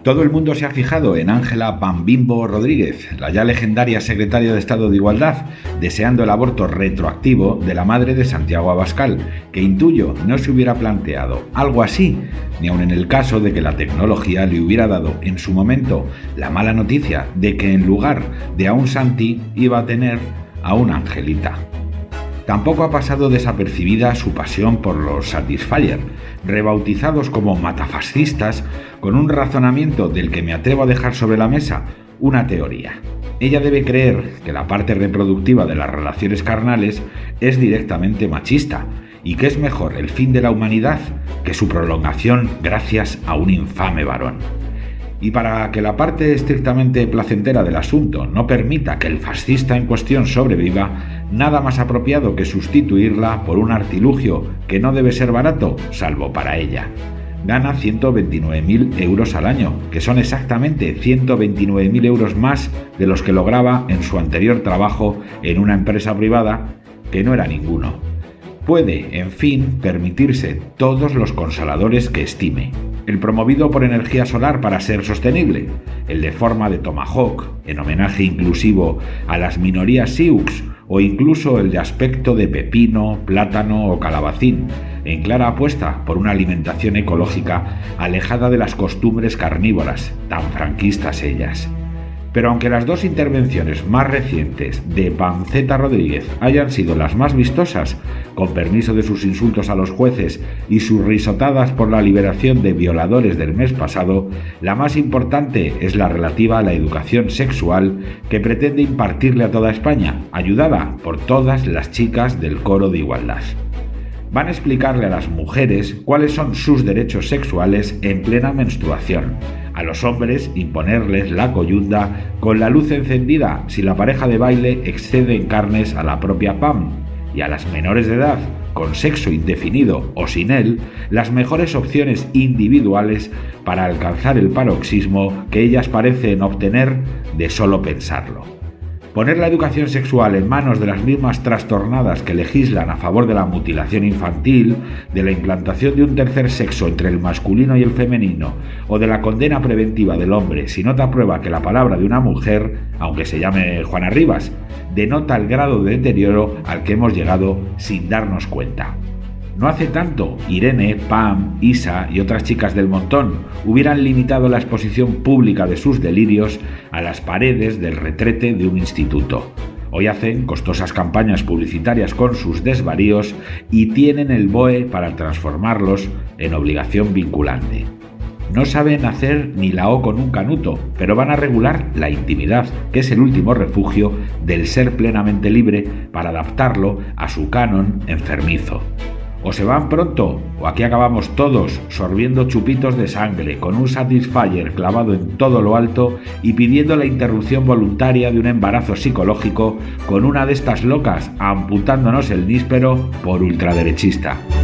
Todo el mundo se ha fijado en Ángela Pambimbo Rodríguez, la ya legendaria secretaria de Estado de Igualdad, deseando el aborto retroactivo de la madre de Santiago Abascal, que intuyo no se hubiera planteado algo así, ni aun en el caso de que la tecnología le hubiera dado en su momento la mala noticia de que en lugar de a un Santi iba a tener a una Angelita. Tampoco ha pasado desapercibida su pasión por los Satisfyer, rebautizados como matafascistas, con un razonamiento del que me atrevo a dejar sobre la mesa una teoría. Ella debe creer que la parte reproductiva de las relaciones carnales es directamente machista y que es mejor el fin de la humanidad que su prolongación gracias a un infame varón. Y para que la parte estrictamente placentera del asunto no permita que el fascista en cuestión sobreviva, nada más apropiado que sustituirla por un artilugio que no debe ser barato, salvo para ella. Gana 129.000 euros al año, que son exactamente 129.000 euros más de los que lograba en su anterior trabajo en una empresa privada, que no era ninguno. Puede, en fin, permitirse todos los consoladores que estime. El promovido por energía solar para ser sostenible, el de forma de tomahawk, en homenaje inclusivo a las minorías sioux, o incluso el de aspecto de pepino, plátano o calabacín, en clara apuesta por una alimentación ecológica alejada de las costumbres carnívoras, tan franquistas ellas. Pero aunque las dos intervenciones más recientes de Panceta Rodríguez hayan sido las más vistosas, con permiso de sus insultos a los jueces y sus risotadas por la liberación de violadores del mes pasado, la más importante es la relativa a la educación sexual que pretende impartirle a toda España, ayudada por todas las chicas del coro de igualdad. Van a explicarle a las mujeres cuáles son sus derechos sexuales en plena menstruación. A los hombres imponerles la coyunda con la luz encendida si la pareja de baile excede en carnes a la propia PAM. Y a las menores de edad, con sexo indefinido o sin él, las mejores opciones individuales para alcanzar el paroxismo que ellas parecen obtener de solo pensarlo. Poner la educación sexual en manos de las mismas trastornadas que legislan a favor de la mutilación infantil, de la implantación de un tercer sexo entre el masculino y el femenino, o de la condena preventiva del hombre si no te aprueba que la palabra de una mujer, aunque se llame Juana Rivas, denota el grado de deterioro al que hemos llegado sin darnos cuenta. No hace tanto, Irene, Pam, Isa y otras chicas del montón hubieran limitado la exposición pública de sus delirios a las paredes del retrete de un instituto. Hoy hacen costosas campañas publicitarias con sus desvaríos y tienen el BOE para transformarlos en obligación vinculante. No saben hacer ni la O con un canuto, pero van a regular la intimidad, que es el último refugio del ser plenamente libre, para adaptarlo a su canon enfermizo. O se van pronto, o aquí acabamos todos sorbiendo chupitos de sangre, con un Satisfyer clavado en todo lo alto y pidiendo la interrupción voluntaria de un embarazo psicológico con una de estas locas amputándonos el níspero por ultraderechista.